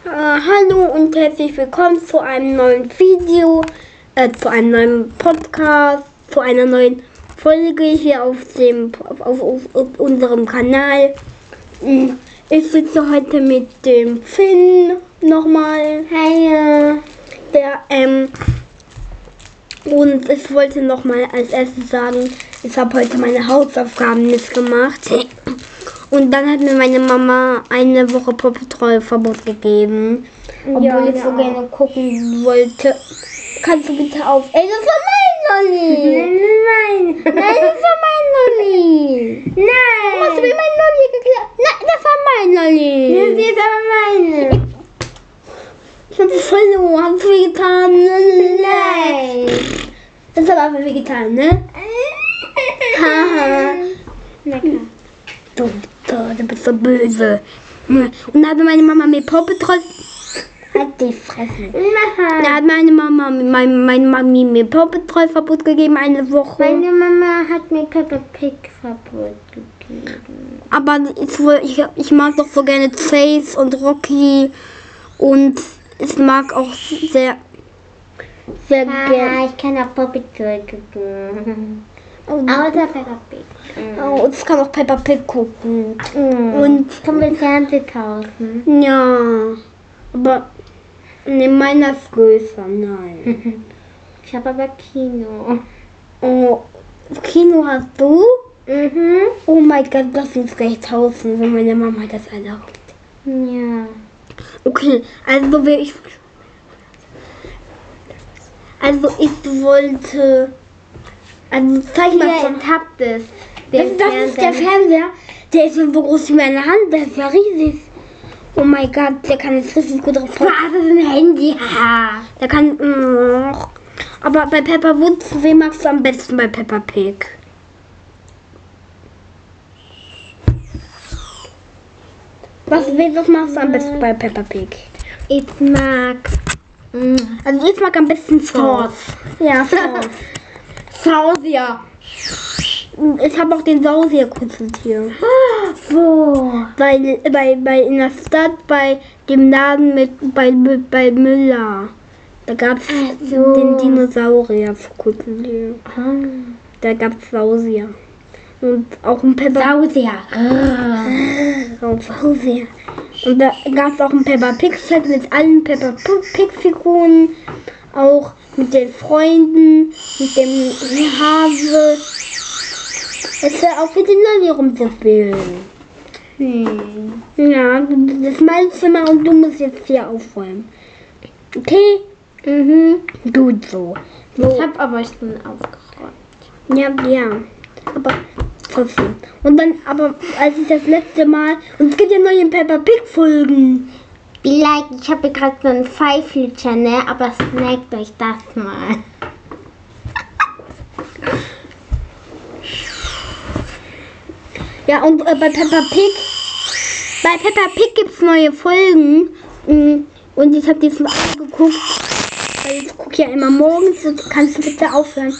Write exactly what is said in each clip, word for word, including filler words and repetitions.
Äh, hallo und herzlich willkommen zu einem neuen Video, äh, zu einem neuen Podcast, zu einer neuen Folge hier auf dem auf, auf, auf unserem Kanal. Ich sitze heute mit dem Finn nochmal. Hi. Der, ähm, und ich wollte nochmal als erstes sagen, ich habe heute meine Hausaufgaben nicht gemacht. Und dann hat mir meine Mama eine Woche Paw Patrol Verbot gegeben. Obwohl Ja, ich so ja. gerne gucken wollte. Kannst du bitte auf... Ey, das war mein Lolli! Nein, nein, Nein, das war mein Lolli! nein. Hast du mir mein Lolli geklaut? Nein, das war mein Lolli! Das ist aber meine. Ich hab voll... Hast du mir getan? Nein. Das hat aber mir getan, ne? Haha. Lecker. Du, du, du bist so böse. Und dann hat meine Mama mir Paw Patrol... Halt die Fresse. Da hat meine Mama, meine, meine Mami mir Paw Patrol Verbot gegeben, eine Woche. Meine Mama hat mir Peppa Pig Verbot gegeben. Aber ich, woll- ich, ich mag doch so gerne Chase und Rocky. Und ich mag auch sehr, sehr gerne... Ja, ich kann auch Paw Patrol gucken. Und, Außer Peppa Pig. oh, und ich kann auch Peppa Pig gucken. Mhm. Und Können wir Fernsehen kaufen? ja, aber ne, meiner ist größer, nein. Ich habe aber Kino. Oh, Kino hast du? Mhm. Oh mein Gott, lass uns gleich tauschen, wenn meine Mama das erlaubt. Ja. Okay, also will ich. Also ich wollte. Also zeig mal Hier, schon. ich hab das. Das, das ist der Fernseher. Der ist so groß wie meine Hand. Der ist ja riesig. Oh mein Gott, der kann jetzt richtig gut drauf. Was ist ein Handy? Haha. Der kann. mm, Aber bei Peppa Woods, wen magst du am besten bei Peppa Pig? Was, wen- was machst du am besten bei Peppa Pig? Ich mag. Mm, Also ich mag am besten Sauce. Ja, Sauce. Sausier. Ich habe auch den Sausier konsultiert. Wo? Bei, bei, bei in der Stadt, bei dem Laden mit bei, bei Müller. Da gab es Ach so. den Dinosaurier vor kurzem. hier. Da gab es Sausier. Und auch ein Peppa Sausier. Oh, Sausier. Und da gab es auch ein Peppa Pig Set mit allen Peppa Pig Figuren. Auch mit den Freunden, mit dem Hase. Es wäre auch mit den Lolli rumzuspielen. Hm. Ja, das ist mein Zimmer und du musst jetzt hier aufräumen. Okay? Mhm. Gut so. Ich so. hab aber schon aufgeräumt. Ja, ja. Aber trotzdem. Und dann, aber als ich das letzte Mal. Und es gibt ja neue Peppa Pig Folgen. Vielleicht, ich habe gerade so ein Five-Feature, ne? Aber snackt euch das mal. Ja, und äh, bei Peppa Pig. Bei Peppa Pig gibt es neue Folgen. Mm, Und ich habe die schon angeguckt. Weil ich gucke ja immer morgens. Und kannst du bitte aufhören?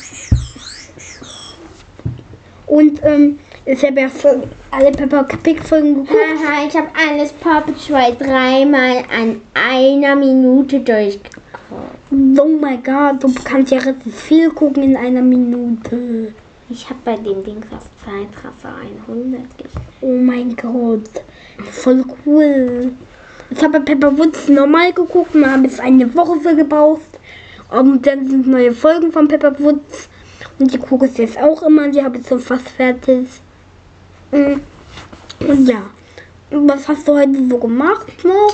Und ähm, ich habe ja voll- alle Peppa Pig Folgen geguckt. Haha, ich habe alles Paw Patrol dreimal an einer Minute durchgeguckt. Oh mein Gott, du kannst ja richtig viel gucken in einer Minute. Ich habe bei den Dings auf Zeitraffer hundert gespielt. Oh mein Gott, voll cool. Ich habe bei Peppa Woods normal geguckt und habe es eine Woche für gebraucht. Und dann sind neue Folgen von Peppa Woods. Und die gucke ich jetzt auch immer. Die habe ich so fast fertig. Mm. Und ja. Und was hast du heute so gemacht noch?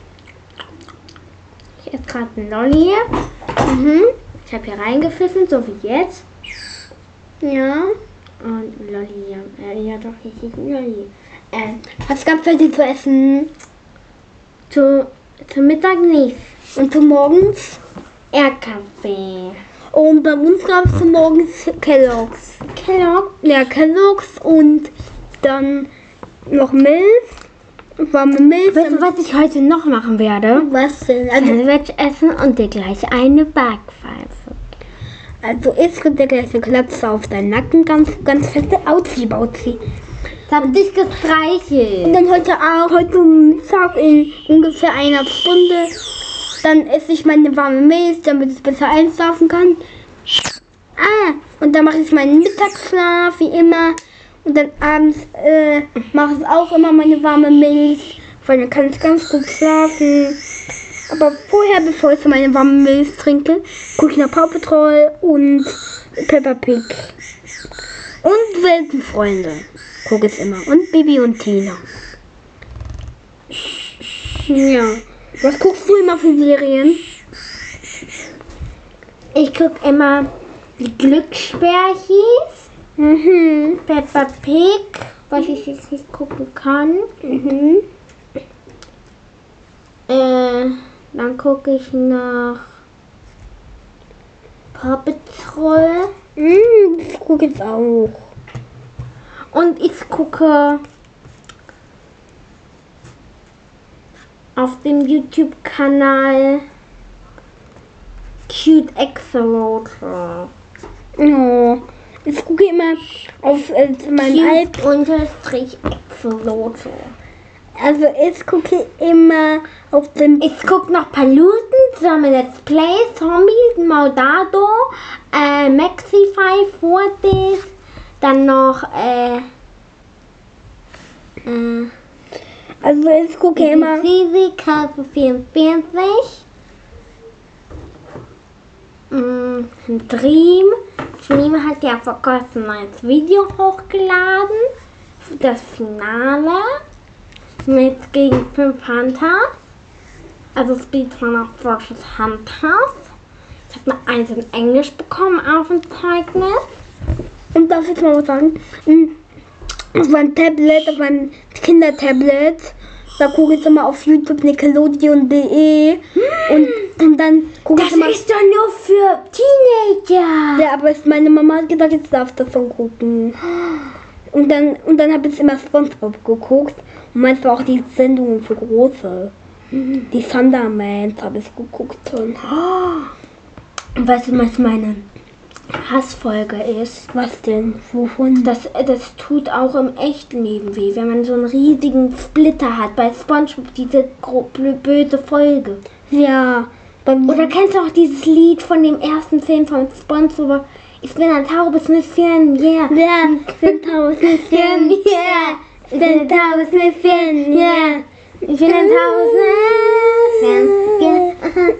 Ich esse gerade einen Lolli. Mhm. Ich habe hier reingepfiffen, so wie jetzt. Ja. Und Lolli, ja, ja doch, ich esse einen Lolli. Äh, Was gab es heute zu essen? zu, zum Mittag nicht. Und zum Morgens? Erdkaffee. Und bei uns gab es zum Morgens Kellogg's. Kellogg. Ja, Kellogg's und dann noch Milch. Warme Milch. Weißt du, was ich heute noch machen werde? Was denn? Also, Sandwich essen und dir gleich eine Backpfeife. also ich krieg dir gleich eine Klatze auf deinen Nacken. Ganz, ganz feste Auzi, Bauzi. hab dich Und gestreichelt. dann heute auch, heute Mittag in ungefähr einer Stunde, dann esse ich meine warme Milch, damit ich besser einschlafen kann. Ah, und dann mache ich meinen Mittagsschlaf, wie immer. Und dann abends äh, mache ich auch immer meine warme Milch, weil dann kann ich ganz gut schlafen. Aber vorher, bevor ich so meine warme Milch trinke, gucke ich nach Paw Patrol und Peppa Pig. Und Weltenfreunde gucke ich immer. Und Bibi und Tina. Ja. Was guckst du immer für Serien? Ich guck immer die Glücksbärchis, Mhm. Peppa Pig, was ich jetzt nicht gucken kann. Mhm. Äh, dann gucke ich nach Paw Patrol Mhm, das gucke ich auch. und ich gucke auf dem YouTube-Kanal Cute Axolotl. Ja. Ich gucke immer auf äh, meinem Alp. Cute unterstrich Axolotl. Also ich gucke immer auf dem. Ich gucke noch Paluten, zusammen Let's Play, Zombies, Maudado, äh, Maxify, Fortis, dann noch, äh, äh, Also ich gucke immer. Easy, Kalfe vierundvierzig, mm, Dream. Dream hat ja vor kurzem ein neues Video hochgeladen, das Finale, mit gegen fünf Hunters. Also Speedrunner versus Hunters. Ich habe eine eins in Englisch bekommen auf dem Zeugnis. Und darf ich mal was sagen? Mhm. Auf meinem Tablet, auf meinem Kindertablet, da gucke ich immer auf YouTube nickelodeon punkt de und, und dann gucke ich Das immer. ist doch nur für Teenager. Ja, aber es- meine Mama hat gesagt, jetzt darf das schon gucken. Und dann, und dann habe ich immer SpongeBob geguckt und manchmal auch die Sendungen für Große. Die Thundermans habe ich geguckt schon. Und weißt du, was meine Hassfolge ist? Was denn? Wovon? Das, das tut auch im echten Leben weh, wenn man so einen riesigen Splitter hat. Bei SpongeBob diese gro- blö- böse Folge. Ja. Beim, Oder kennst du auch dieses Lied von dem ersten Film von SpongeBob? Ich bin ein taubes Nüsschen, yeah. ja, sind tausend Nüsschen, yeah. Sind tausend Nüsschen, yeah. Ich bin ein taubes Nüsschen, yeah.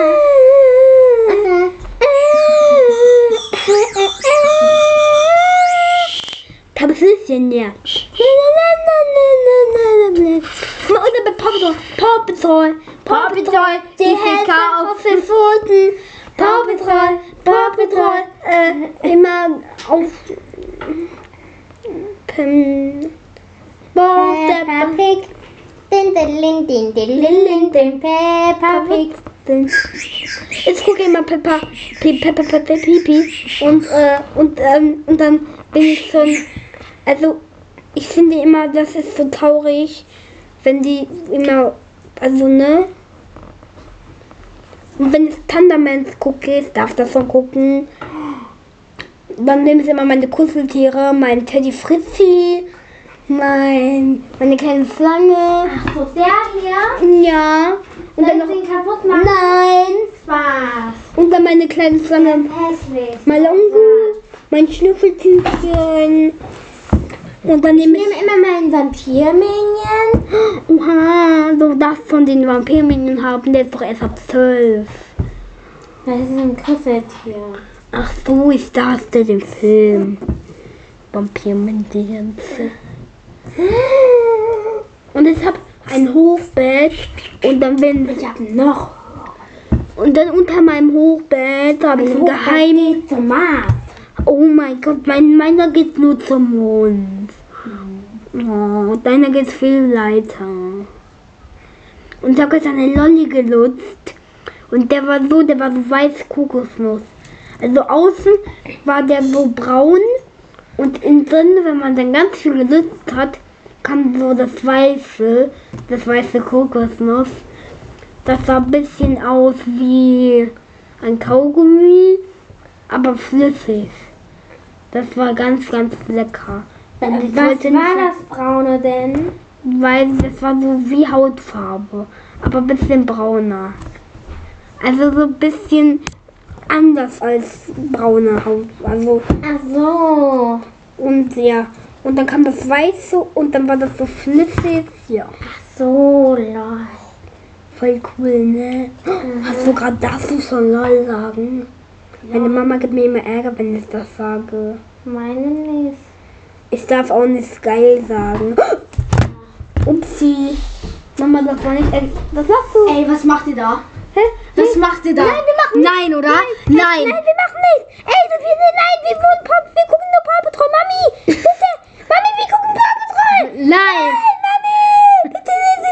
Tausend Nüsschen, ja. Oder bei Paw Patrol. Paw Patrol. Paw Patrol. Die Hälfte auf den Pfoten. Paw Patrol. Paw Patrol. Äh, immer auf... Ähm, Boah, der Peppa Pig. Din, din, din, din, din, din, din, Peppa Pig. Ich gucke immer Peppa, Pe- Peppa, Peppa, Pipi und, äh, und, ähm, und dann bin ich schon, also ich finde immer, das ist so traurig, wenn die immer, also ne, und wenn ich Thundermans gucke, ich darf das schon gucken, dann nehme ich immer meine Kuscheltiere, mein Teddy Fritzi, mein, meine kleine Schlange, Ach so, der hier? ja, und dann Soll noch, ich den kaputt machen? nein, Spaß. und dann meine kleine Schlange, Hässlich. Malongo, mein Schnüffeltütchen. Und dann Ich nehme ich. nehme immer meinen Vampir-Minion. Oha, du darfst von den Vampirminion haben, der ist doch erst ab zwölf. Das ist ein Kuscheltier. Ach so, ich dachte den Film. Vampirminions. Und ich habe ein Hochbett und dann bin Ich habe noch und dann unter meinem Hochbett habe ich ein Geheim. zum Mars. Oh mein Gott, mein, meiner geht nur zum Mond. Oh, deiner geht viel weiter. Und ich habe gestern eine Lolli gelutzt. Und der war so, der war so weiß Kokosnuss. Also außen war der so braun. Und innen drin, wenn man dann ganz viel gelutzt hat, kam so das weiße, das weiße Kokosnuss. Das sah ein bisschen aus wie ein Kaugummi, aber flüssig. Das war ganz, ganz lecker. Und ich Was wollte war nicht, das Braune denn? weil das war so wie Hautfarbe, aber ein bisschen brauner. Also so ein bisschen anders als braune Haut. Also Ach so. und ja, und dann kam das Weiße und dann war das so flüssig. Ja, Ach so, lol. voll cool, ne? Hast du gerade, darfst du schon lol sagen? Meine Mama gibt mir immer Ärger, wenn ich das sage. Meine nicht. Ich darf auch nicht geil sagen. Upsi. Mama, das war nicht echt. Was machst du? Ey, was macht ihr da? Hä? Was macht ihr da? Nein, wir machen nicht. Nein, oder? Nein, Nein. nein, wir machen nicht. Ey, das wir, nein, wir wohnen